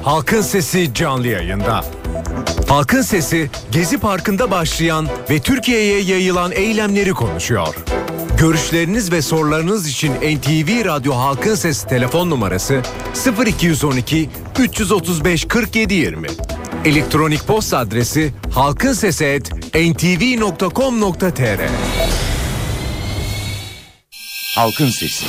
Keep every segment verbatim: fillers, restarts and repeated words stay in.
Halkın Sesi canlı yayında. Halkın Sesi, Gezi Parkı'nda başlayan ve Türkiye'ye yayılan eylemleri konuşuyor. Görüşleriniz ve sorularınız için N T V Radyo Halkın Sesi telefon numarası sıfır iki on iki üç otuz beş kırk yedi yirmi. Elektronik posta adresi halkinsesi et en te ve nokta com nokta te er. Halkın Sesi.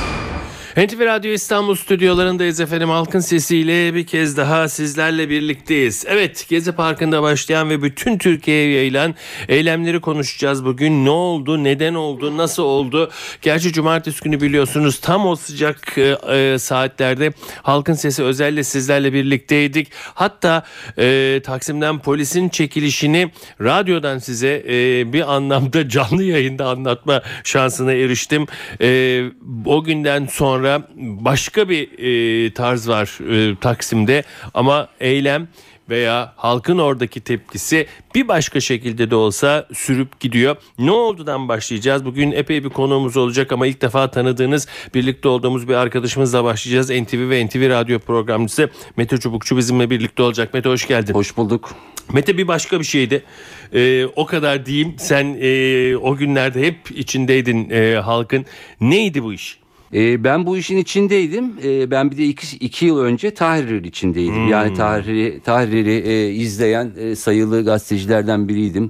N T V Radyo İstanbul stüdyolarındayız efendim. Halkın Sesi'yle bir kez daha sizlerle birlikteyiz. Evet, Gezi Parkı'nda başlayan ve bütün Türkiye'ye yayılan eylemleri konuşacağız bugün. Ne oldu, neden oldu, nasıl oldu? Gerçi cumartesi günü biliyorsunuz tam o sıcak e, saatlerde Halkın Sesi özelle sizlerle birlikteydik. Hatta e, Taksim'den polisin çekilişini radyodan size e, bir anlamda canlı yayında anlatma şansına eriştim. E, o günden sonra başka bir e, tarz var e, Taksim'de ama eylem veya halkın oradaki tepkisi bir başka şekilde de olsa sürüp gidiyor. Ne oldudan başlayacağız? Bugün epey bir konuğumuz olacak ama ilk defa tanıdığınız, birlikte olduğumuz bir arkadaşımızla başlayacağız. N T V ve N T V Radyo programcısı Mete Çubukçu bizimle birlikte olacak. Mete, hoş geldin. Hoş bulduk. Mete, bir başka bir şeydi. Ee, o kadar diyeyim. Sen e, o günlerde hep içindeydin e, halkın. Neydi bu iş? Ben bu işin içindeydim. Ben bir de iki, iki yıl önce Tahrir içindeydim. Hmm. Yani Tahrir'i, Tahrir'i e, izleyen e, sayılı gazetecilerden biriydim.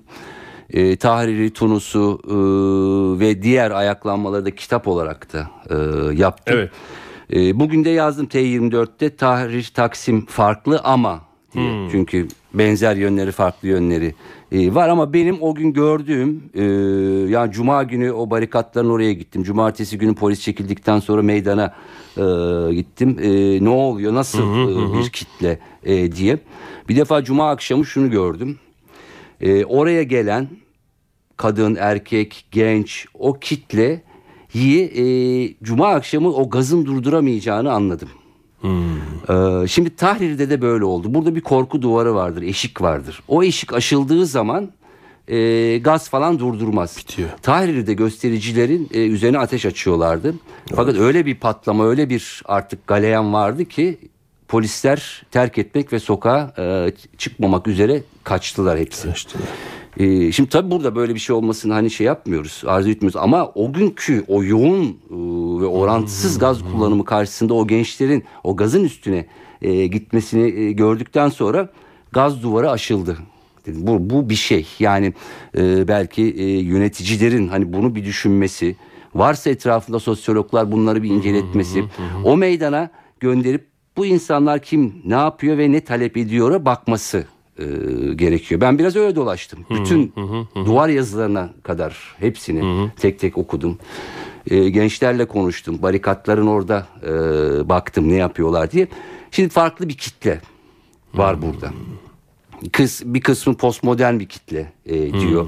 E, Tahrir'i, Tunus'u e, ve diğer ayaklanmaları da kitap olarak da e, yaptım. Evet. E, bugün de yazdım T yirmi dörtte Tahrir, Taksim farklı ama diye. Hmm. Çünkü benzer yönleri, farklı yönleri e, var ama benim o gün gördüğüm e, yani Cuma günü o barikatların oraya gittim. Cumartesi günü polis çekildikten sonra meydana e, gittim. E, ne oluyor, nasıl e, bir kitle e, diye. Bir defa Cuma akşamı şunu gördüm. E, oraya gelen kadın, erkek, genç o kitleyi e, Cuma akşamı o gazın durduramayacağını anladım. Hmm. Ee, şimdi Tahrir'de de böyle oldu. Burada bir korku duvarı vardır, eşik vardır. O eşik aşıldığı zaman e, gaz falan durdurmaz. Bitiyor. Tahrir'de göstericilerin e, üzerine ateş açıyorlardı. Evet. Fakat öyle bir patlama, öyle bir artık galeyan vardı ki polisler terk etmek ve sokağa e, çıkmamak üzere kaçtılar hepsi. Kaçtılar. Ee, şimdi tabii burada böyle bir şey olmasını hani şey yapmıyoruz, arzu etmiyoruz ama o günkü o yoğun e, ve orantısız gaz kullanımı karşısında o gençlerin o gazın üstüne e, gitmesini e, gördükten sonra gaz duvarı aşıldı. Bu, bu bir şey yani e, belki e, yöneticilerin hani bunu bir düşünmesi, varsa etrafında sosyologlar bunları bir inceletmesi, o meydana gönderip bu insanlar kim, ne yapıyor ve ne talep ediyor'a bakması E, gerekiyor. Ben biraz öyle dolaştım. Hı, Bütün hı, hı, hı. duvar yazılarına kadar hepsini hı hı. tek tek okudum. E, gençlerle konuştum. Barikatların orada e, baktım ne yapıyorlar diye. Şimdi farklı bir kitle var hı. burada. Kız, bir kısmı postmodern bir kitle e, diyor. Hı.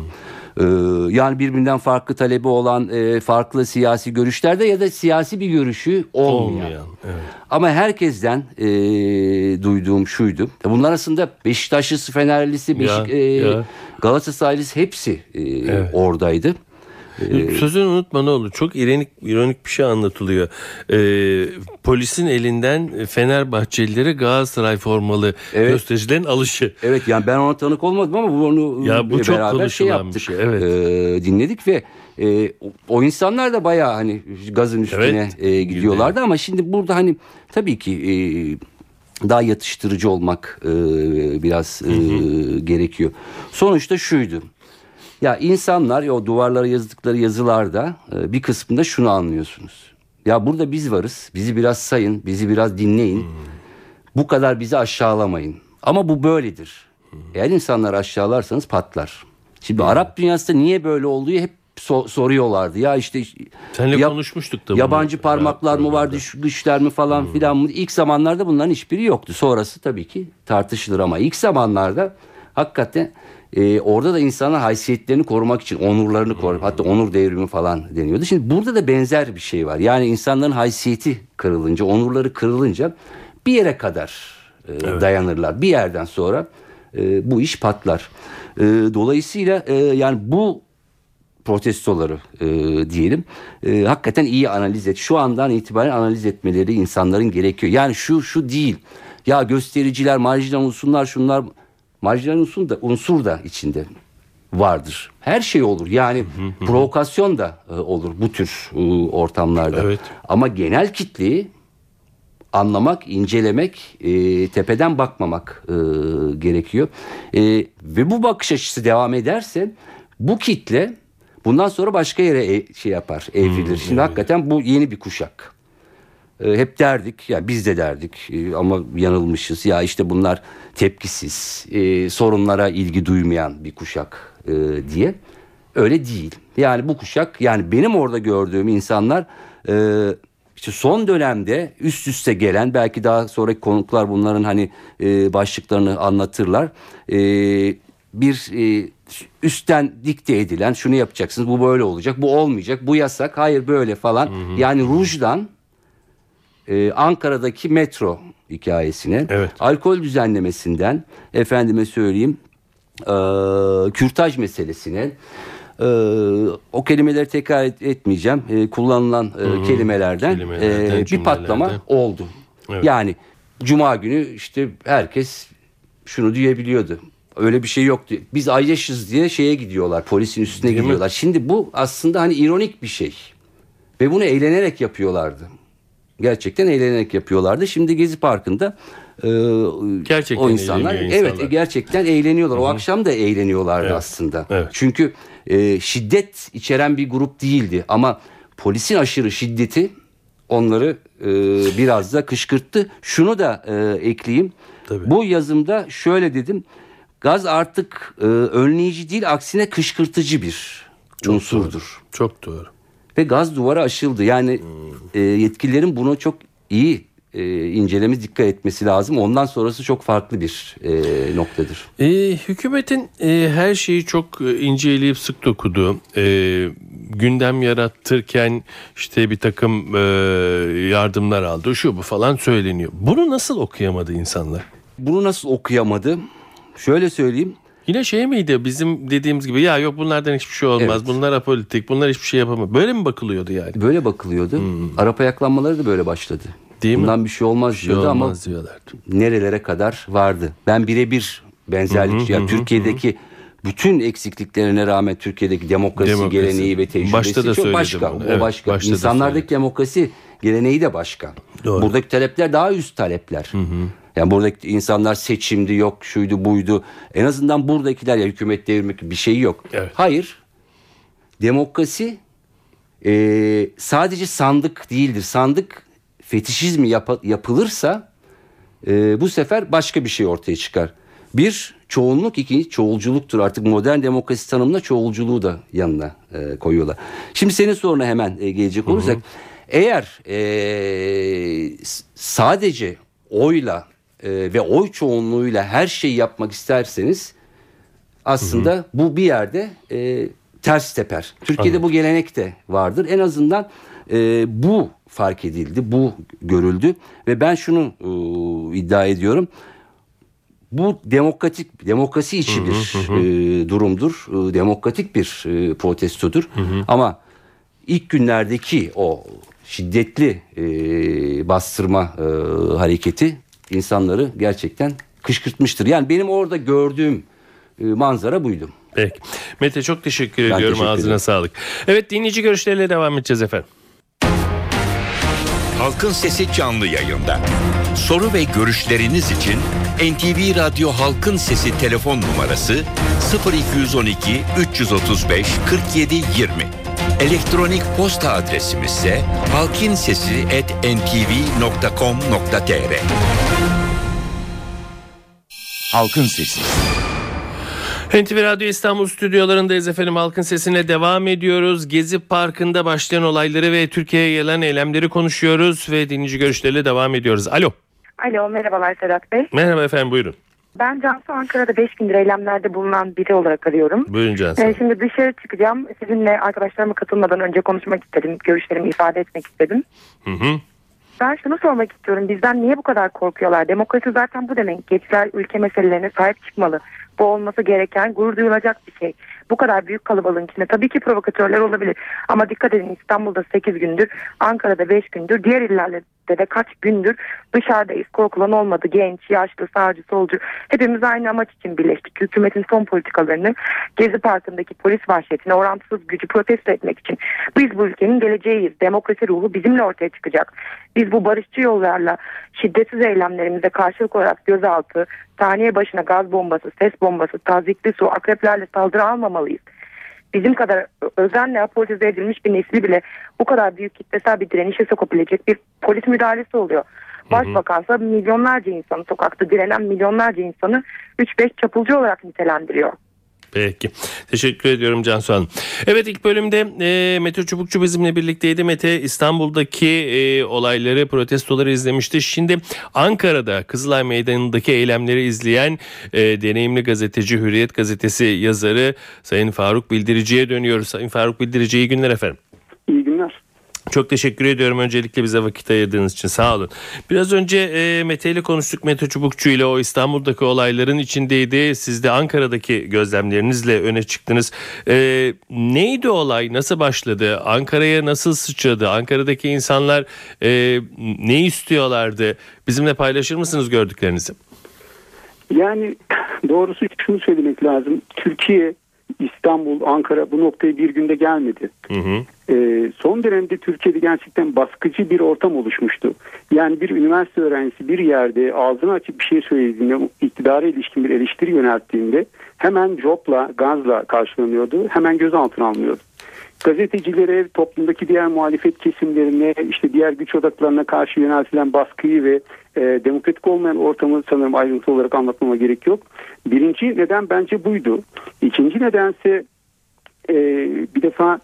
Yani birbirinden farklı talebi olan farklı siyasi görüşlerde ya da siyasi bir görüşü olmayan. olmayan evet. Ama herkesten e, duyduğum şuydu. Bunlar arasında Beşiktaşlısı, Fenerlisi, Beşik, ya, e, ya. Galatasaraylısı hepsi e, evet. oradaydı. Sözünü unutma ne olur. Çok ironik, ironik bir şey anlatılıyor. Ee, polisin elinden Fenerbahçelilere Galatasaray formalı evet. göstericilerin alışı. Evet, yani ben ona tanık olmadım ama bunu ya bu çok beraber şey yaptık. Bir şey. Evet. E, dinledik ve e, o insanlar da bayağı hani gazın üstüne evet. e, gidiyorlardı ama şimdi burada hani tabii ki e, daha yatıştırıcı olmak e, biraz e, gerekiyor. Sonuçta şuydu. Ya insanlar ya o duvarlara yazdıkları yazılarda bir kısmında şunu anlıyorsunuz. Ya burada biz varız. Bizi biraz sayın. Bizi biraz dinleyin. Hmm. Bu kadar bizi aşağılamayın. Ama bu böyledir. Hmm. Eğer insanları aşağılarsanız patlar. Şimdi hmm. Arap dünyasında niye böyle olduğu hep so- soruyorlardı. Ya işte seninle ya, konuşmuştuk da bunu. Yabancı parmaklar mı var, güçler mi falan hmm. filan mı? İlk zamanlarda bunların hiçbiri yoktu. Sonrası tabii ki tartışılır ama ilk zamanlarda hakikaten Ee, orada da insanlar haysiyetlerini korumak için onurlarını korumak, hatta onur devrimi falan deniyordu. Şimdi burada da benzer bir şey var. Yani insanların haysiyeti kırılınca, onurları kırılınca bir yere kadar e, evet. dayanırlar. Bir yerden sonra e, bu iş patlar. E, dolayısıyla e, yani bu protestoları e, diyelim e, hakikaten iyi analiz et. Şu andan itibaren analiz etmeleri insanların gerekiyor. Yani şu şu değil. Ya göstericiler, marjinal unsurlar, şunlar, marjinal unsur da, unsur da içinde vardır. Her şey olur. Yani provokasyon da e, olur bu tür e, ortamlarda. Evet. Ama genel kitleyi anlamak, incelemek, e, tepeden bakmamak e, gerekiyor. E, ve bu bakış açısı devam ederse bu kitle bundan sonra başka yere e, şey yapar, evrilir. Hmm, Şimdi evet. hakikaten bu yeni bir kuşak. E, hep derdik, yani biz de derdik e, ama yanılmışız. Ya işte bunlar tepkisiz, e, sorunlara ilgi duymayan bir kuşak e, diye. Öyle değil. Yani bu kuşak, yani benim orada gördüğüm insanlar e, işte son dönemde üst üste gelen, belki daha sonraki konuklar bunların hani e, başlıklarını anlatırlar. E, bir e, üstten dikte edilen, şunu yapacaksınız, bu böyle olacak, bu olmayacak, bu yasak, hayır böyle falan. Hı hı. Yani rujdan e, Ankara'daki metro hikayesine, evet. alkol düzenlemesinden, efendime söyleyeyim, e, kürtaj meselesine, Ee, o kelimeleri tekrar et, etmeyeceğim. Ee, kullanılan e, kelimelerden, kelimelerden e, bir patlama oldu. Evet. Yani Cuma günü işte herkes şunu diyebiliyordu. Öyle bir şey yoktu. Biz ayyaşız diye şeye gidiyorlar. Polisin üstüne Değil gidiyorlar. mi? Şimdi bu aslında hani ironik bir şey. Ve bunu eğlenerek yapıyorlardı. Gerçekten eğlenerek yapıyorlardı. Şimdi Gezi Parkı'nda e, Gerçekten o insanlar, eğleniyor insanlar. evet, gerçekten eğleniyorlar. Hı-hı. O akşam da eğleniyorlardı evet. aslında. Evet. Çünkü e, şiddet içeren bir grup değildi. Ama polisin aşırı şiddeti onları e, biraz da kışkırttı. Şunu da e, ekleyeyim. Tabii. Bu yazımda şöyle dedim. Gaz artık e, önleyici değil, aksine kışkırtıcı bir Çok unsurdur. Doğru. Çok doğru. Ve gaz duvarı aşıldı. Yani e, yetkililerin bunu çok iyi e, incelemesi, dikkat etmesi lazım. Ondan sonrası çok farklı bir e, noktadır. E, hükümetin e, her şeyi çok e, inceleyip sık dokuduğu, e, gündem yarattırken işte bir takım e, yardımlar aldı, şu bu falan söyleniyor. Bunu nasıl okuyamadı insanlar? Bunu nasıl okuyamadı? Şöyle söyleyeyim. Yine şey miydi bizim dediğimiz gibi, ya yok bunlardan hiçbir şey olmaz, Evet. bunlar apolitik, bunlar hiçbir şey yapamaz. Böyle mi bakılıyordu yani? Böyle bakılıyordu. Hmm. Arap ayaklanmaları da böyle başladı. Değil Bundan mi? bir şey olmaz Bir şey diyordu olmaz ama diyorlardı. nerelere kadar vardı. Ben birebir benzerlik, Hı hı, yani hı, Türkiye'deki hı. bütün eksikliklerine rağmen Türkiye'deki demokrasi, Demokrasi. geleneği ve tecrübesi Başta da çok söyledim başka. bunu. O Evet, başka. başta da İnsanlardaki söyledim. demokrasi geleneği de başka. Doğru. Buradaki talepler daha üst talepler. Hı hı. Yani buradaki insanlar seçimdi, yok şuydu buydu. En azından buradakiler, ya hükümet devirmek bir şey yok. Evet. Hayır. Demokrasi e, sadece sandık değildir. Sandık fetişizmi yap- yapılırsa e, bu sefer başka bir şey ortaya çıkar. Bir, çoğunluk; iki, çoğulculuktur. Artık modern demokrasi tanımına çoğulculuğu da yanına e, koyuyorlar. Şimdi senin soruna hemen e, gelecek olursak. Hı hı. Eğer e, sadece oyla e, ve oy çoğunluğuyla her şeyi yapmak isterseniz aslında hı hı. bu bir yerde e, ters teper. Türkiye'de Anladım. Bu gelenek de vardır. En azından e, bu fark edildi, bu görüldü ve ben şunu e, iddia ediyorum. Bu demokratik, demokrasi içi bir hı hı. E, durumdur. E, demokratik bir e, protestodur. Hı hı. Ama ilk günlerdeki o şiddetli e, bastırma e, hareketi insanları gerçekten kışkırtmıştır. Yani benim orada gördüğüm e, manzara buydu. Peki. Mete, çok teşekkür ben ediyorum. Teşekkür Ağzına ederim. sağlık. Evet, dinleyici görüşleriyle devam edeceğiz efendim. Halkın Sesi canlı yayında. Soru ve görüşleriniz için N T V Radyo Halkın Sesi telefon numarası sıfır iki on iki üç otuz beş kırk yedi yirmi. Elektronik posta adresimiz ise halkinsesi at n t v nokta com nokta t r. Halkın Sesi. N T V Radyo İstanbul stüdyolarındayız efendim. Halkın Sesi'ne devam ediyoruz. Gezi Parkı'nda başlayan olayları ve Türkiye'ye gelen eylemleri konuşuyoruz ve dinleyici görüşleriyle devam ediyoruz. Alo. Alo, merhabalar Sedat Bey. Merhaba efendim, buyurun. Ben Cansu, Ankara'da beş gündür eylemlerde bulunan biri olarak arıyorum. Buyurun Cansu. Ee, şimdi dışarı çıkacağım. Sizinle arkadaşlarıma katılmadan önce konuşmak istedim. Görüşlerimi ifade etmek istedim. Hı hı. Ben şunu sormak istiyorum. Bizden niye bu kadar korkuyorlar? Demokrasi zaten bu demek. Gençler ülke meselelerine sahip çıkmalı. Bu olması gereken, gurur duyulacak bir şey. Bu kadar büyük kalabalığın içinde tabii ki provokatörler olabilir. Ama dikkat edin, İstanbul'da sekiz gündür, Ankara'da beş gündür, diğer illerde kitle ve kaç gündür dışarıdayız. Korkulan olmadı. Genç, yaşlı, sağcı, solcu. Hepimiz aynı amaç için birleştik. Hükümetin son politikalarını, Gezi Parkı'ndaki polis vahşetine, orantısız gücü protesto etmek için. Biz bu ülkenin geleceğiyiz. Demokrasi ruhu bizimle ortaya çıkacak. Biz bu barışçı yollarla şiddetsiz eylemlerimize karşılık olarak gözaltı, saniye başına gaz bombası, ses bombası, tazikli su, akreplerle saldırı almamalıyız. Bizim kadar özenle apolitize edilmiş bir nesli bile bu kadar büyük kitlesel bir direnişe sokabilecek bir polis müdahalesi oluyor. Başbakansa milyonlarca insanı, sokakta direnen milyonlarca insanı üç beş çapulcu olarak nitelendiriyor. Peki. Teşekkür ediyorum Cansu Hanım. Evet, ilk bölümde e, Mete Çubukçu bizimle birlikteydi. Mete İstanbul'daki e, olayları, protestoları izlemişti. Şimdi Ankara'da Kızılay Meydanı'ndaki eylemleri izleyen e, deneyimli gazeteci, Hürriyet Gazetesi yazarı Sayın Faruk Bildirici'ye dönüyoruz. Sayın Faruk Bildirici, iyi günler efendim. İyi günler. Çok teşekkür ediyorum öncelikle bize vakit ayırdığınız için, sağ olun. Biraz önce e, Mete ile konuştuk. Mete Çubukçu ile o İstanbul'daki olayların içindeydi. Siz de Ankara'daki gözlemlerinizle öne çıktınız. E, neydi olay? Nasıl başladı? Ankara'ya nasıl sıçradı? Ankara'daki insanlar e, ne istiyorlardı? Bizimle paylaşır mısınız gördüklerinizi? Yani doğrusu şunu söylemek lazım. Türkiye, İstanbul, Ankara bu noktaya bir günde gelmedi. Hı hı. Ee, son dönemde Türkiye'de gerçekten baskıcı bir ortam oluşmuştu. Yani bir üniversite öğrencisi bir yerde ağzını açıp bir şey söylediğinde, iktidara ilişkin bir eleştiri yönelttiğinde hemen copla, gazla karşılanıyordu. Hemen gözaltına alınıyordu. Gazetecilere, toplumdaki diğer muhalefet kesimlerine, işte diğer güç odaklarına karşı yöneltilen baskıyı ve e, demokratik olmayan ortamı sanırım ayrıntı olarak anlatmama gerek yok. Birinci neden bence buydu. İkinci nedense e, bir defa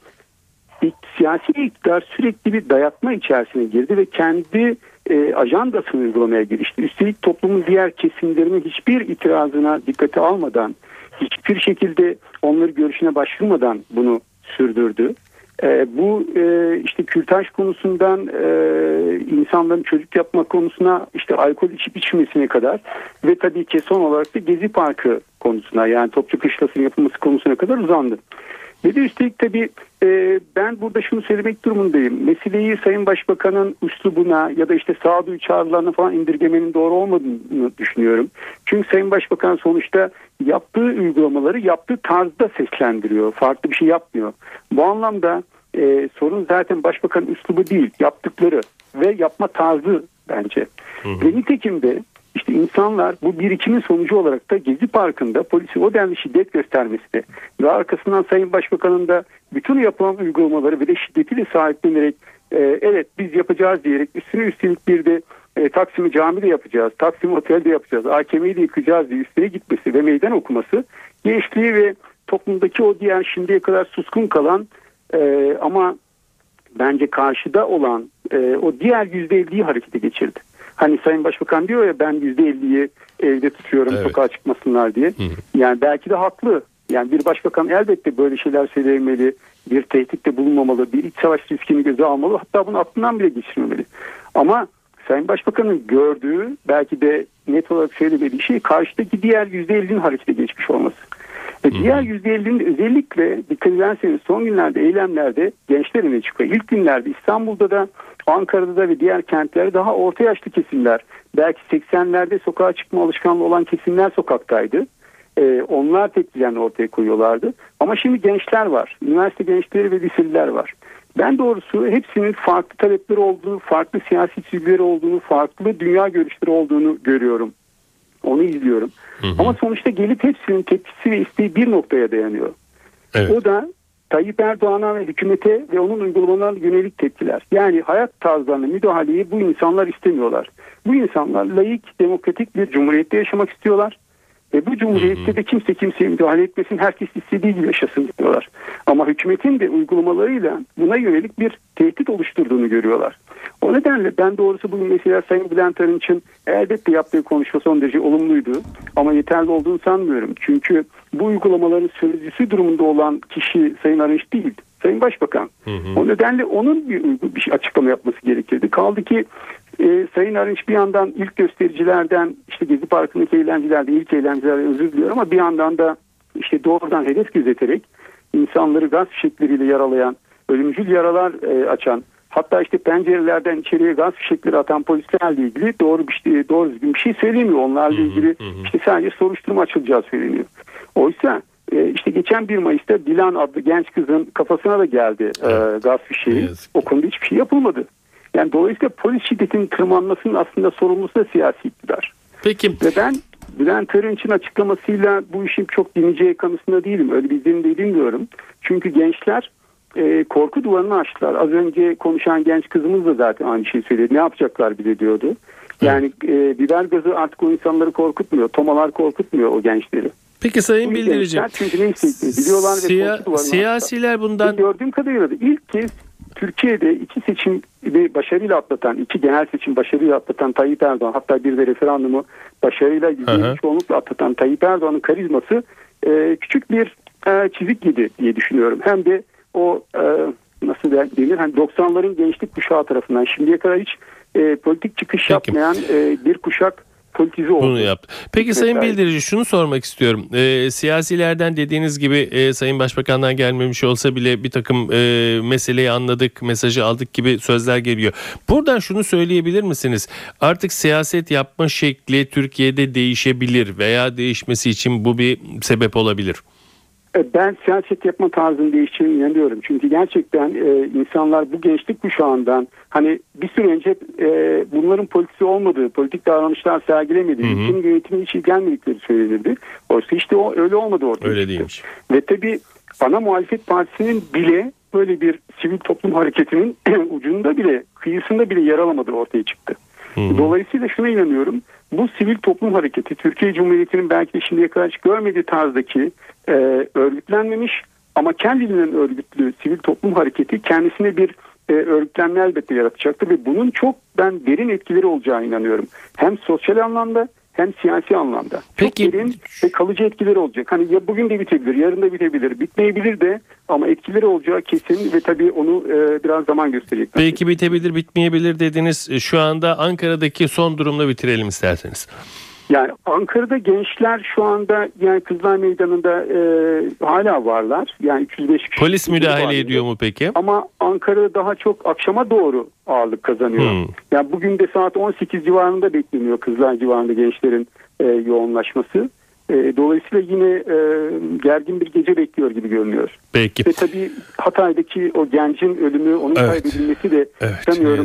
siyasi iktidar sürekli bir dayatma içerisine girdi ve kendi e, ajandasını uygulamaya girişti. Üstelik toplumun diğer kesimlerinin hiçbir itirazına dikkate almadan, hiçbir şekilde onların görüşüne başvurmadan bunu sürdürdü. E, bu e, işte kürtaj konusundan e, insanların çocuk yapma konusuna, işte alkol içip içmesine kadar ve tabii ki son olarak da Gezi Parkı konusuna, yani Topçu Kışlası'nın yapılması konusuna kadar uzandı. Ve de üstelik tabii e, ben burada şunu söylemek durumundayım. Meseleyi Sayın Başbakan'ın üslubuna ya da işte sağduyu çağrılarına falan indirgemenin doğru olmadığını düşünüyorum. Çünkü Sayın Başbakan sonuçta yaptığı uygulamaları yaptığı tarzda seslendiriyor. Farklı bir şey yapmıyor. Bu anlamda e, sorun zaten Başbakan'ın üslubu değil, yaptıkları ve yapma tarzı bence. Hı hı. Ve nitekim de İşte insanlar bu birikimin sonucu olarak da Gezi Parkı'nda polisin o denli şiddet göstermesi de ve arkasından Sayın Başbakan'ın da bütün yapılan uygulamaları ve de şiddetiyle sahiplenerek e, evet biz yapacağız diyerek üstüne üstelik bir de e, Taksim'i camide yapacağız, Taksim'i otelde yapacağız, A K M'yi de yıkacağız diye üstüne gitmesi ve meydan okuması gençliği ve toplumdaki o diğer şimdiye kadar suskun kalan e, ama bence karşıda olan e, o diğer yüzde elliyi harekete geçirdi. Hani Sayın Başbakan diyor ya, ben yüzde elliyi evde tutuyorum, evet, sokağa çıkmasınlar diye. Hı hı. Yani belki de haklı. Yani bir başbakan elbette böyle şeyler söylemeli, bir tehditte bulunmamalı, bir iç savaş riskini göze almalı. Hatta bunu aklından bile geçirmemeli. Ama Sayın Başbakan'ın gördüğü, belki de net olarak söylemediği şey karşıdaki diğer yüzde ellinin harekete geçmiş olması. Ve hı hı. diğer yüzde ellinin özellikle dikkat ederseniz son günlerde eylemlerde gençler öne çıkıyor. İlk günlerde İstanbul'da da, Ankara'da da ve diğer kentlerde daha orta yaşlı kesimler, belki seksenlerde sokağa çıkma alışkanlığı olan kesimler sokaktaydı. Ee, onlar tepkilerini ortaya koyuyorlardı. Ama şimdi gençler var. Üniversite gençleri ve liseliler var. Ben doğrusu hepsinin farklı talepleri olduğunu, farklı siyasi çizgileri olduğunu, farklı dünya görüşleri olduğunu görüyorum. Onu izliyorum. Hı hı. Ama sonuçta gelip hepsinin tepkisi ve isteği bir noktaya dayanıyor. Evet. O da Tayyip Erdoğan'a ve hükümete ve onun uygulamalarına yönelik tepkiler. Yani hayat tarzlarına müdahaleyi bu insanlar istemiyorlar. Bu insanlar laik, demokratik bir cumhuriyette yaşamak istiyorlar. Ve bu cumhuriyette de kimse kimseye müdahale etmesin, herkes istediği gibi yaşasın diyorlar. Ama hükümetin de uygulamalarıyla buna yönelik bir tehdit oluşturduğunu görüyorlar. O nedenle ben doğrusu bugün mesela Sayın Bülent Arınç'ın elbette yaptığı konuşma son derece olumluydu. Ama yeterli olduğunu sanmıyorum. Çünkü bu uygulamaların sözcüsü durumunda olan kişi Sayın Arınç değil, Sayın Başbakan. Hı hı. O nedenle onun bir, bir açıklama yapması gerekirdi. Kaldı ki e, Sayın Arınç bir yandan ilk göstericilerden, işte Gezi Parkı'ndaki eğlencelerde, ilk eğlencelerden özür diliyor ama bir yandan da işte doğrudan hedef gözeterek insanları gaz fişekleriyle yaralayan, ölümcül yaralar e, açan Hatta işte pencerelerden içeriye gaz fişekleri atan polislerle ilgili doğru bir şey, doğru düzgün bir şey söylemiyor. Onlarla ilgili işte sadece soruşturma açılacağı söyleniyor. Oysa işte geçen bir Mayıs'ta Dilan adlı genç kızın kafasına da geldi evet. e, gaz fişeği. O konuda hiçbir şey yapılmadı. Yani dolayısıyla polis şiddetinin tırmanmasının aslında sorumlusu da siyasi iktidar. Peki. Ve ben Bülent Arınç'ın açıklamasıyla bu işin çok dinleyeceği kanısında değilim. Öyle bir izlenim de bilmiyorum. Çünkü gençler e, korku duvarını aştılar. Az önce konuşan genç kızımız da zaten aynı şeyi söyledi. Ne yapacaklar bile diyordu. Yani e, biber gazı artık o insanları korkutmuyor. Tomalar korkutmuyor o gençleri. Peki Sayın Bildirici'm, Siya- siyasiler bundan... Gördüğüm kadarıyla da ilk kez Türkiye'de iki seçim başarıyla atlatan, iki genel seçim başarıyla atlatan Tayyip Erdoğan, hatta bir de referandumu başarıyla yüzde yetmiş çoğunlukla atlatan Tayyip Erdoğan'ın karizması e, küçük bir e, çizik yedi diye düşünüyorum. Hem de o e, nasıl denir, hani doksanların gençlik kuşağı tarafından şimdiye kadar hiç e, politik çıkış Peki. yapmayan e, bir kuşak politize oldu. Bunu yaptı. Peki evet, Sayın Bildirici, şunu sormak istiyorum. E, siyasilerden dediğiniz gibi e, Sayın Başbakan'dan gelmemiş olsa bile bir takım e, meseleyi anladık, mesajı aldık gibi sözler geliyor. Buradan şunu söyleyebilir misiniz? Artık siyaset yapma şekli Türkiye'de değişebilir veya değişmesi için bu bir sebep olabilir. Ben siyaset yapma tarzının değişeceğine inanıyorum. Çünkü gerçekten e, insanlar bu gençlik kuşağından hani bir süre önce e, bunların politisi olmadığı, politik davranışlar sergilemediği, ülkenin yönetimine hiç ilgilenmedikleri söylenirdi. Oysa işte o öyle olmadı ortaya. Öyle değilmiş. Ve tabii ana muhalefet partisinin bile böyle bir sivil toplum hareketinin ucunda bile, kıyısında bile yer alamadığı ortaya çıktı. Hı-hı. Dolayısıyla şuna inanıyorum. Bu sivil toplum hareketi Türkiye Cumhuriyeti'nin belki de şimdiye kadar hiç görmediği tarzdaki e, örgütlenmemiş ama kendiliğinden örgütlü sivil toplum hareketi kendisine bir e, örgütlenme elbette yaratacaktır ve bunun çok ben derin etkileri olacağına inanıyorum. Hem sosyal anlamda hem siyasi anlamda. Peki. Çok derin ve kalıcı etkileri olacak. Hani ya bugün de bitebilir, yarın da bitebilir, bitmeyebilir de ama etkileri olacağı kesin ve tabii onu e, biraz zaman gösterecek. Belki bitebilir, bitmeyebilir dediniz. Şu anda Ankara'daki son durumla bitirelim isterseniz. Yani Ankara'da gençler şu anda yani Kızılay Meydanı'nda e, hala varlar. Yani üç yüz beş kişi. Polis müdahale ediyor mu peki? Ama Ankara'da daha çok akşama doğru ağırlık kazanıyor. Hmm. Yani bugün de saat on sekiz civarında bekleniyor Kızılay civarında gençlerin e, yoğunlaşması. E, dolayısıyla yine e, gergin bir gece bekliyor gibi görünüyor. Peki. Ve tabii Hatay'daki o gencin ölümü, onun evet. kaybedilmesi de evet, sanıyorum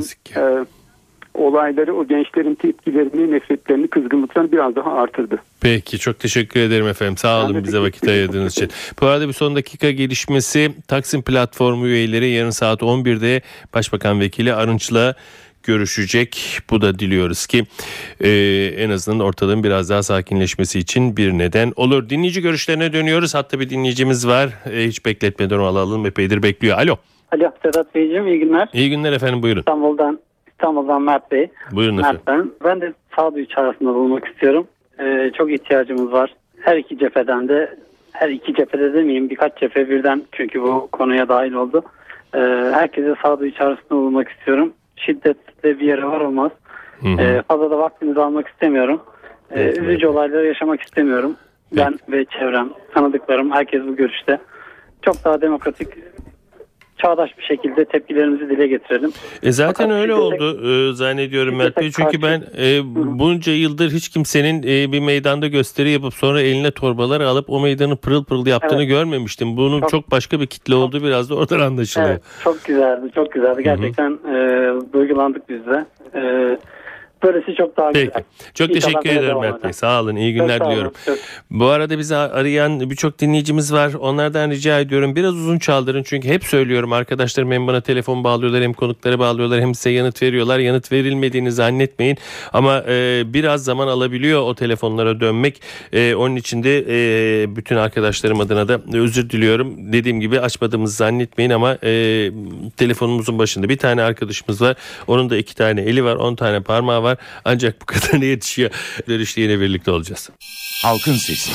olayları, o gençlerin tepkilerini, nefretlerini, kızgınlıklarını biraz daha artırdı. Peki, çok teşekkür ederim efendim. Sağ olun bize vakit ayırdığınız için. Bu arada bir son dakika gelişmesi, Taksim platformu üyeleri yarın saat on birde Başbakan Vekili Arınç'la görüşecek. Bu da diliyoruz ki e, en azından ortalığın biraz daha sakinleşmesi için bir neden olur. Dinleyici görüşlerine dönüyoruz. Hatta bir dinleyicimiz var. E, hiç bekletmeden alalım. Epeydir bekliyor. Alo. Alo Sedat Beyciğim, iyi günler. İyi günler efendim, buyurun. İstanbul'dan İstanbul'dan Mert Bey. Buyurun efendim. Mert ben. ben de sağduyu çağrısında bulunmak istiyorum. Ee, çok ihtiyacımız var. Her iki cepheden de, her iki cephede demeyeyim, birkaç cephe birden, çünkü bu konuya dahil oldu. Ee, herkese sağduyu çağrısında bulunmak istiyorum. Şiddetle bir yere varılmaz. Ee, fazla da vaktinizi almak istemiyorum. Ee, evet, üzücü evet. olayları yaşamak istemiyorum. Peki. Ben ve çevrem, tanıdıklarım, herkes bu görüşte. Çok daha demokratik, çağdaş bir şekilde tepkilerimizi dile getirelim. E zaten Fakat öyle oldu e, zannediyorum Mert Bey. Çünkü ben e, bunca yıldır hiç kimsenin e, bir meydanda gösteri yapıp sonra eline torbaları alıp o meydanı pırıl pırıl yaptığını evet. görmemiştim. Bunun çok, çok başka bir kitle olduğu biraz da oradan anlaşılıyor. Evet, çok güzeldi, çok güzeldi. Gerçekten e, duygulandık biz de. E, Böylesi çok daha Peki. güzel. Çok İnşallah teşekkür ederim Mert Bey. Sağ olun. İyi günler çok diliyorum. Çok. Bu arada bizi arayan birçok dinleyicimiz var. Onlardan rica ediyorum. Biraz uzun çaldırın. Çünkü hep söylüyorum. Arkadaşlarım hem bana telefon bağlıyorlar, hem konukları bağlıyorlar, hem size yanıt veriyorlar. Yanıt verilmediğini zannetmeyin. Ama e, biraz zaman alabiliyor o telefonlara dönmek. E, onun için de e, bütün arkadaşlarım adına da özür diliyorum. Dediğim gibi açmadığımızı zannetmeyin ama e, telefonumuzun başında bir tane arkadaşımız var. Onun da iki tane eli var, on tane parmağı var. Var. Ancak bu kadarına yetişiyor. Görüşte yine birlikte olacağız. Halkın Sesi.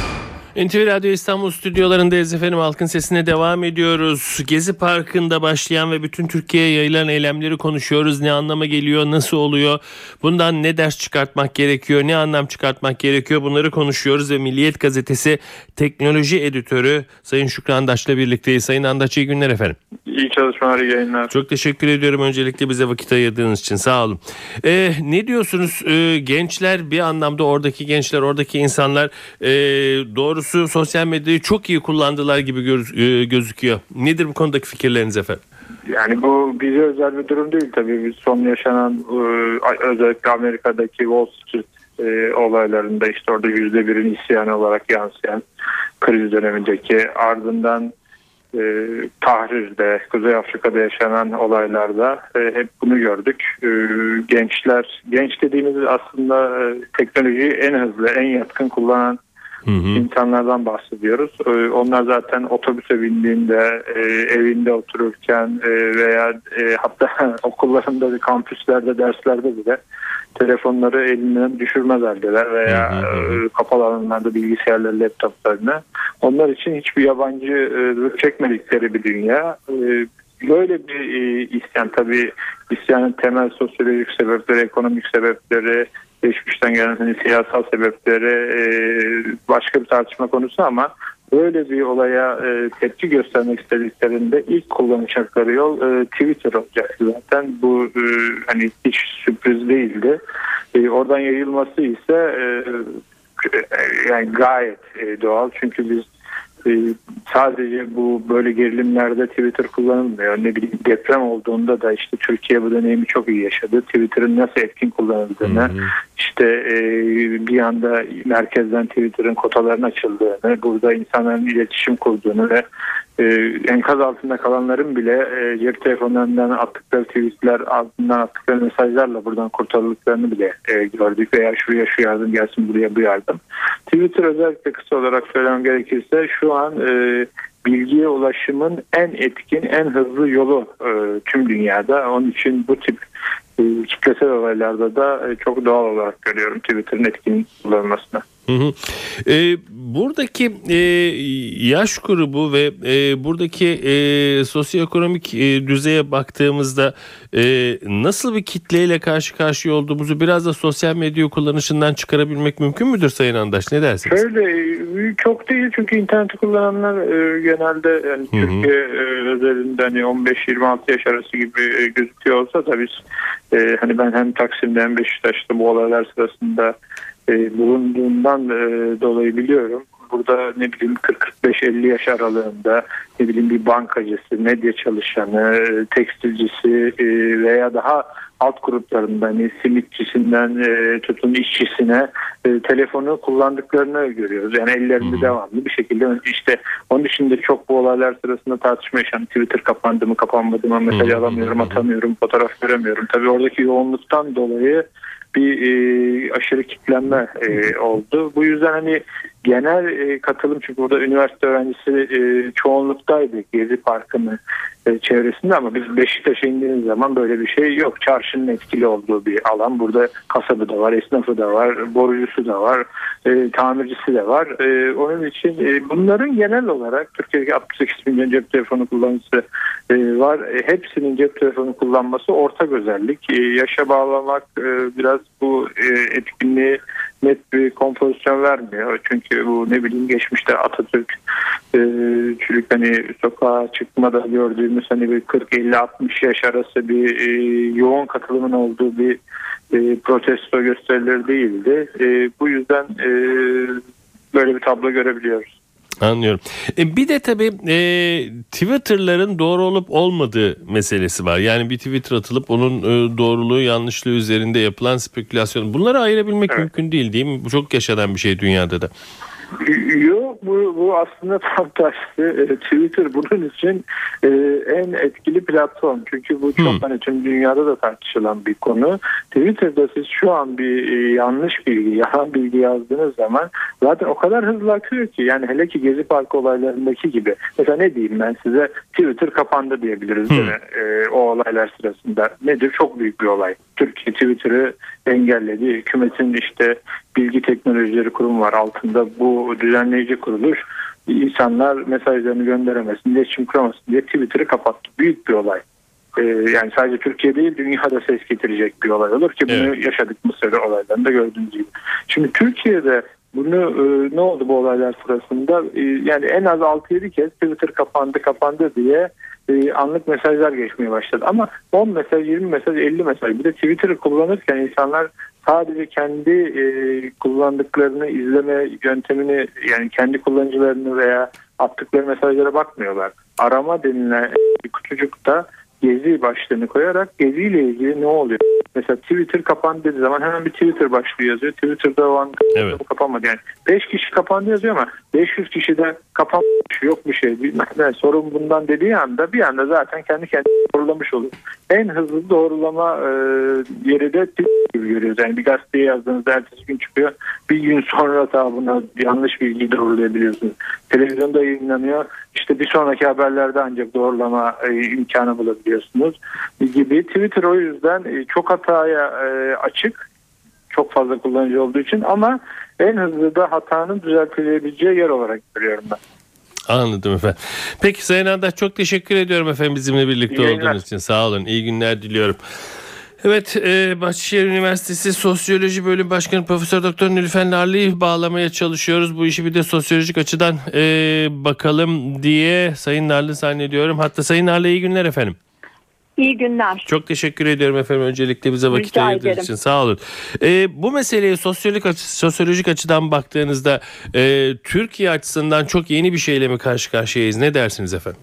N T V Radyo İstanbul stüdyolarındayız efendim. Halkın Sesi'ne devam ediyoruz. Gezi Parkı'nda başlayan ve bütün Türkiye'ye yayılan eylemleri konuşuyoruz. Ne anlama geliyor, nasıl oluyor? Bundan ne ders çıkartmak gerekiyor, ne anlam çıkartmak gerekiyor? Bunları konuşuyoruz ve Milliyet Gazetesi teknoloji editörü Sayın Şükrü Andaç'la birlikteyiz. Sayın Andaç, iyi günler efendim. İyi çalışmalar, iyi yayınlar. Çok teşekkür ediyorum öncelikle bize vakit ayırdığınız için. Sağ olun. Ee, ne diyorsunuz? Ee, gençler bir anlamda oradaki gençler, oradaki insanlar e, doğrusu sosyal medyayı çok iyi kullandılar gibi göz, e, gözüküyor. Nedir bu konudaki fikirleriniz efendim? Yani bu bize özel bir durum değil tabii. Biz son yaşanan özellikle Amerika'daki Wall Street e, olaylarında işte orada yüzde birin isyanı olarak yansıyan kriz dönemindeki, ardından e, Tahrir'de, Kuzey Afrika'da yaşanan olaylarda e, hep bunu gördük. E, gençler, genç dediğimiz aslında e, teknolojiyi en hızlı, en yatkın kullanan Hı hı. insanlardan bahsediyoruz. Onlar zaten otobüse bindiğinde, evinde otururken veya hatta okullarında, kampüslerde, derslerde bile telefonları elinden düşürmez haldeler veya hı hı. kapalı alanlarda bilgisayarları, laptoplarını. Onlar için hiçbir yabancı çekmedikleri bir dünya. Böyle bir isyan, tabii isyanın temel sosyolojik sebepleri, ekonomik sebepleri, geçmişten gelen hani siyasal sebepleri başka bir tartışma konusu ama böyle bir olaya tepki göstermek istediklerinde ilk kullanacakları yol Twitter olacaktı zaten. Bu hani hiç sürpriz değildi. Oradan yayılması ise yani gayet doğal, çünkü biz sadece bu böyle gerilimlerde Twitter kullanılmıyor. Ne bileyim, deprem olduğunda da işte Türkiye bu deneyimi çok iyi yaşadı. Twitter'ın nasıl etkin kullanıldığını, hı hı. işte e, bir anda merkezden Twitter'ın kotaların açıldığını, burada insanların iletişim kurduğunu ve e, enkaz altında kalanların bile e, cep telefonlarından attıkları tweetler, altından attıkları mesajlarla buradan kurtarıldıklarını bile e, gördük veya şuraya şu yardım gelsin, buraya bu yardım. Twitter özellikle kısa olarak söylemem gerekirse şu an e, bilgiye ulaşımın en etkin, en hızlı yolu e, tüm dünyada. Onun için bu tip e, kitlesel olaylarda da e, çok doğal olarak görüyorum Twitter'ın etkin kullanılmasını. Hı hı. E, buradaki e, yaş grubu ve e, buradaki e, sosyoekonomik e, düzeye baktığımızda e, nasıl bir kitleyle karşı karşıya olduğumuzu biraz da sosyal medya kullanışından çıkarabilmek mümkün müdür Sayın Andaş? Ne dersiniz? Şöyle, çok değil, çünkü interneti kullananlar e, genelde yani Türkiye e, özelinde hani on beş yirmi altı yaş arası gibi e, gözüküyor olsa da biz e, hani ben hem Taksim'de hem Beşiktaş'ta bu olaylar sırasında E, bulunduğundan e, dolayı biliyorum. Burada ne bileyim kırk kırk beş elli yaş aralığında ne bileyim bir bankacısı, medya çalışanı, e, tekstilcisi e, veya daha alt gruplarında hani simitçisinden e, tutun işçisine e, telefonu kullandıklarını görüyoruz. Yani ellerinde hmm. devamlı bir şekilde işte onun dışında çok bu olaylar sırasında tartışma yaşandı. Twitter kapandı mı kapanmadı mı, mesaj hmm. alamıyorum, atamıyorum, fotoğraf göremiyorum. Tabii oradaki yoğunluktan dolayı bir e, aşırı kitlenme e, oldu. Bu yüzden hani genel e, katılım, çünkü burada üniversite öğrencisi e, çoğunluktaydı Gezi Parkı'nın e, çevresinde, ama biz Beşiktaş'a indiğimiz zaman böyle bir şey yok. Çarşının etkili olduğu bir alan. Burada kasabı da var, esnafı da var, borucusu da var, e, tamircisi de var. E, onun için e, bunların genel olarak Türkiye'deki altmış sekiz milyon cep telefonu kullanıcısı e, var. E, hepsinin cep telefonu kullanması ortak özellik. E, yaşa bağlamak e, biraz bu e, etkinliği net bir kompozisyon vermiyor. Çünkü bu ne bileyim geçmişte Atatürk e, çocuk hani sokağa çıkmada gördüğümüz hani bir kırk elli altmış yaş arası bir e, yoğun katılımın olduğu bir e, protesto gösterileri değildi. E, bu yüzden e, böyle bir tablo görebiliyoruz. Anlıyorum. E bir de tabii e, Twitter'ların doğru olup olmadığı meselesi var. Yani bir Twitter atılıp onun e, doğruluğu yanlışlığı üzerinde yapılan spekülasyon. Bunları ayırabilmek evet. mümkün değil değil mi? Bu çok yaşanan bir şey dünyada da. Yok, bu, bu aslında tam tersi. Twitter bunun için e, en etkili platform. Çünkü bu çok hmm. hani tüm dünyada da tartışılan bir konu. Twitter'da siz şu an bir e, yanlış bilgi, yalan bilgi yazdığınız zaman zaten o kadar hızlı akıyor ki, yani hele ki Gezi Parkı olaylarındaki gibi. Mesela ne diyeyim ben size, Twitter kapandı diyebiliriz hmm. değil mi? E, o olaylar sırasında. Nedir? Çok büyük bir olay. Türkiye Twitter'ı engelledi. Hükümetin işte Bilgi Teknolojileri Kurumu var altında, bu düzenleyici kuruluş insanlar mesajlarını gönderemesin, iletişim kuramasın diye Twitter'ı kapattı. Büyük bir olay. Ee, yani sadece Türkiye değil, dünyada ses getirecek bir olay olur ki bunu evet. yaşadık Mısır olaylarında gördüğünüz gibi. Şimdi Türkiye'de Bunu e, ne oldu bu olaylar sırasında? E, yani en az altı yedi kez Twitter kapandı kapandı diye e, anlık mesajlar geçmeye başladı. Ama on mesaj, yirmi mesaj, elli mesaj. Bir de Twitter'ı kullanırken insanlar sadece kendi e, kullandıklarını izleme yöntemini, yani kendi kullanıcılarını veya attıkları mesajlara bakmıyorlar. Arama denilen bir kutucukta Gezi başlığını koyarak geziyle ilgili ne oluyor? Mesela Twitter kapandı dediği zaman hemen bir Twitter başlığı yazıyor. Twitter'da o an evet. kapanmadı. Yani beş kişi kapandı yazıyor ama beş yüz kişi de kapanmış, yok bir şey. Yani sorun bundan dediği anda bir anda zaten kendi kendini doğrulamış oluyor. En hızlı doğrulama e, yeri de Twitter gibi görüyoruz. Yani bir gazeteye yazdığınızda ertesi gün çıkıyor. Bir gün sonra da buna yanlış bilgi doğrulayabiliyorsunuz. Televizyonda yayınlanıyor. İşte bir sonraki haberlerde ancak doğrulama e, imkanı bulabiliyorsunuz gibi. Twitter o yüzden e, çok hataya e, açık. Çok fazla kullanıcı olduğu için, ama en hızlı da hatanın düzeltilebileceği yer olarak görüyorum ben. Anladım efendim. Peki Sayın Andaç, çok teşekkür ediyorum efendim bizimle birlikte İyi olduğunuz günler. için. Sağ olun. İyi günler diliyorum. Evet, e, Bahçeşehir Üniversitesi Sosyoloji Bölüm Başkanı Profesör Doktor Nilüfer Narlı'yı bağlamaya çalışıyoruz. Bu işi bir de sosyolojik açıdan e, bakalım diye. Sayın Narlı zannediyorum. Hatta Sayın Narlı, iyi günler efendim. İyi günler. Çok teşekkür ediyorum efendim. Öncelikle bize vakit Rica ayırdığınız ederim. için sağ olun. Ee, bu meseleye sosyolojik, açı, sosyolojik açıdan baktığınızda e, Türkiye açısından çok yeni bir şeyle mi karşı karşıyayız? Ne dersiniz efendim?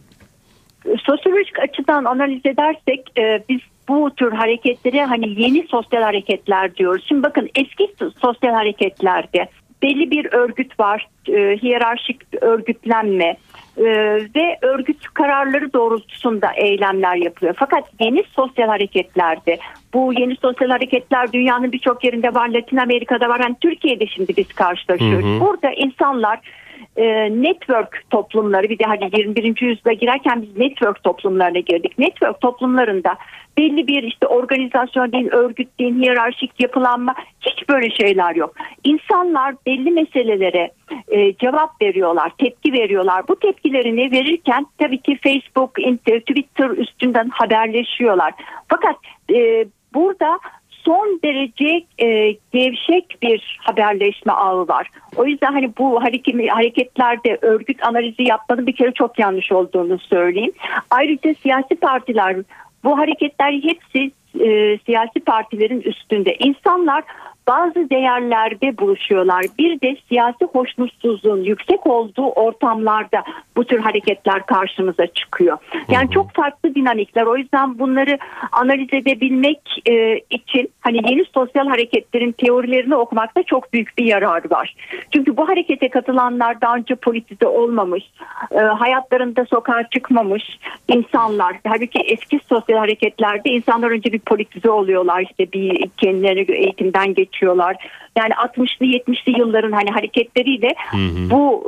Sosyolojik açıdan analiz edersek e, biz bu tür hareketlere hani yeni sosyal hareketler diyoruz. Şimdi bakın, eski sosyal hareketlerde belli bir örgüt var, e, hiyerarşik bir örgütlenme e, ve örgüt kararları doğrultusunda eylemler yapılıyor. Fakat yeni sosyal hareketlerde, bu yeni sosyal hareketler dünyanın birçok yerinde var, Latin Amerika'da var, hani Türkiye'de şimdi biz karşılaşıyoruz. Hı hı. Burada insanlar e, network toplumları, bir de hani yirmi birinci yüzyıla girerken biz network toplumlarına girdik. Network toplumlarında belli bir işte organizasyon değil, örgüt değil, hiyerarşik yapılanma, hiç böyle şeyler yok. İnsanlar belli meselelere e, cevap veriyorlar, tepki veriyorlar. Bu tepkilerini verirken tabii ki Facebook, Twitter üstünden haberleşiyorlar. Fakat e, burada son derece e, gevşek bir haberleşme ağı var. O yüzden hani bu hareket, hareketlerde örgüt analizi yapmanın bir kere çok yanlış olduğunu söyleyeyim. Ayrıca siyasi partiler, bu hareketler hepsi e, siyasi partilerin üstünde. İnsanlar bazı değerlerde buluşuyorlar. Bir de siyasi hoşnutsuzluğun yüksek olduğu ortamlarda bu tür hareketler karşımıza çıkıyor. Yani çok farklı dinamikler. O yüzden bunları analiz edebilmek e, için hani yeni sosyal hareketlerin teorilerini okumakta çok büyük bir yarar var. Çünkü bu harekete katılanlar daha önce politize olmamış, e, hayatlarında sokağa çıkmamış insanlar. Halbuki eski sosyal hareketlerde insanlar önce bir politize oluyorlar, işte bir kendilerini eğitimden geçiyorlar. Yani altmışlı yetmişli yılların hani hareketleriyle hı hı. bu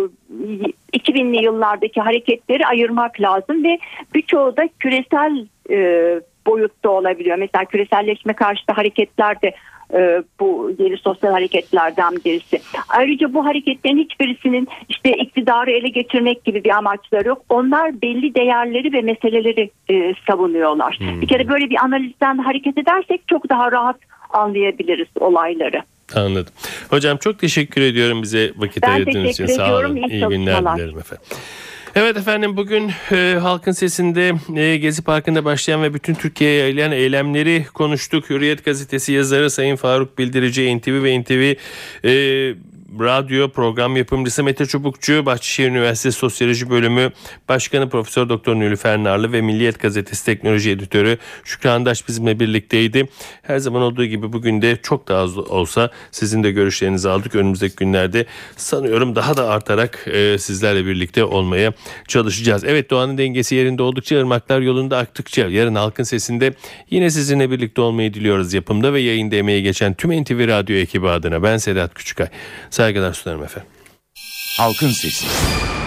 e, iki binli yıllardaki hareketleri ayırmak lazım ve birçoğu da küresel e, boyutta olabiliyor. Mesela küreselleşme karşıtı hareketler de e, bu yeni sosyal hareketlerden birisi. Ayrıca bu hareketlerin hiçbirisinin işte iktidarı ele geçirmek gibi bir amaçları yok. Onlar belli değerleri ve meseleleri e, savunuyorlar. Hmm. Bir kere böyle bir analizden hareket edersek çok daha rahat anlayabiliriz olayları. Anladım. Hocam çok teşekkür ediyorum bize vakit ben ayırdığınız için. Sağ olun. İyi, İyi günler dilerim efendim. Evet efendim, bugün e, Halkın Sesi'nde e, Gezi Parkı'nda başlayan ve bütün Türkiye'ye yayılan eylemleri konuştuk. Hürriyet Gazetesi yazarı Sayın Faruk Bildirici, N T V ve N T V e, radyo program yapımcısı Mete Çubukçu, Bahçeşehir Üniversitesi Sosyoloji Bölümü Başkanı Profesör Doktor Nilüfer Narlı ve Milliyet Gazetesi Teknoloji Editörü Şükrü Andaç bizimle birlikteydi. Her zaman olduğu gibi bugün de çok daha az olsa sizin de görüşlerinizi aldık. Önümüzdeki günlerde sanıyorum daha da artarak e, sizlerle birlikte olmaya çalışacağız. Evet, doğanın dengesi yerinde oldukça, ırmaklar yolunda aktıkça yarın Halkın Sesi'nde yine sizinle birlikte olmayı diliyoruz. Yapımda ve yayında emeği geçen tüm N T V Radyo ekibi adına ben Sedat Küçükay. Saygılar sunarım efendim. Halkın Sesi.